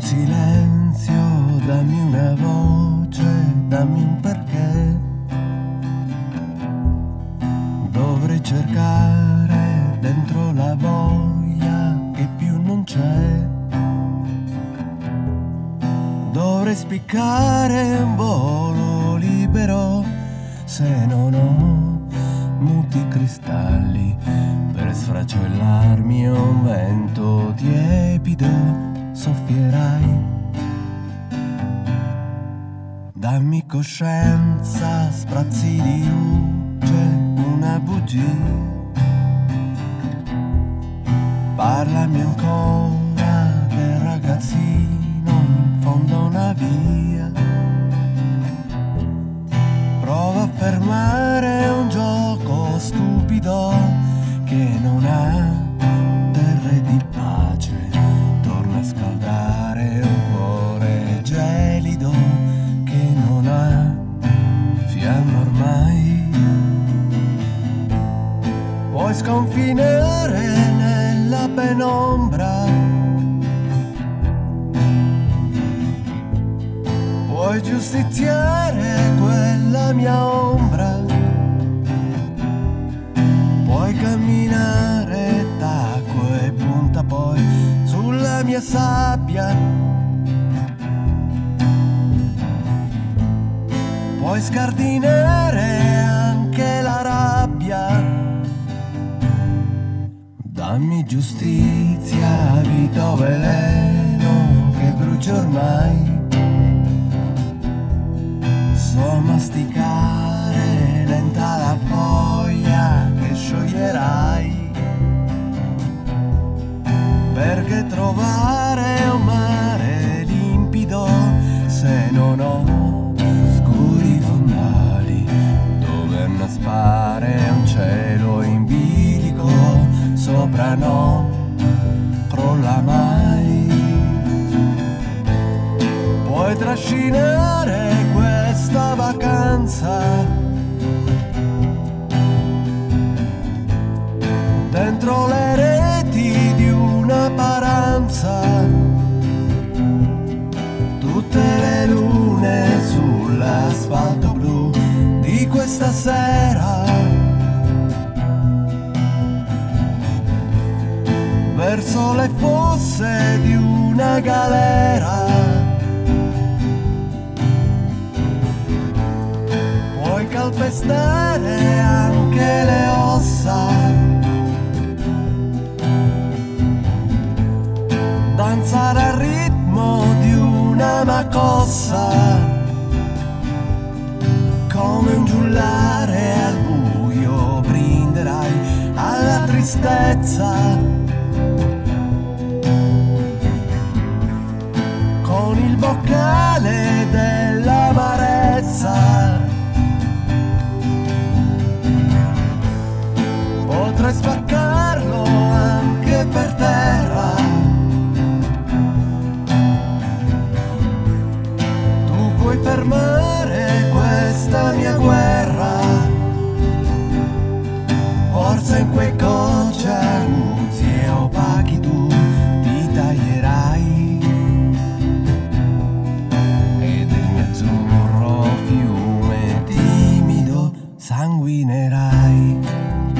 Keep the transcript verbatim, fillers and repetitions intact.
silenzio, dammi una voce, dammi un perché. Dovrei cercare dentro la voglia che più non c'è. Dovrei spiccare un volo libero se non ho muti cristalli per sfracellarmi un vento tiepido. Soffierai, dammi coscienza, sprazzi di luce, una bugia. Parlami ancora del ragazzino in fondo a una via. Prova a fermare un gioco stupido che non ha terre di pace. Torna a scaldare un cuore gelido che non ha fiamma ormai. Puoi sconfinare nella penombra, puoi giustiziare quella mia ombra, puoi camminare tacco e punta poi sulla mia sabbia, puoi scardinare anche la rabbia. Dammi giustizia, vita o veleno che brucia ormai. So masticare lenta la foglia che scioglierai, perché trovare un mare limpido se non ho scuri fondali dove annaspare un cielo in bilico sopra non crolla mai. Puoi trascinare questa vacanza dentro le reti di una paranza, tutte le lune sull'asfalto blu di questa sera, verso le fosse di una galera. Puoi calpestare anche le ossa, danzare al ritmo di una macossa, come un giullare al buio brinderai alla tristezza, con il boccale dell'amarezza. Potrai spaccarlo anche per terra, tu puoi fermare questa mia guerra, forse in quei cocci aguzzi e opachi tu ti taglierai e del mio azzurro fiume timido sanguinerai.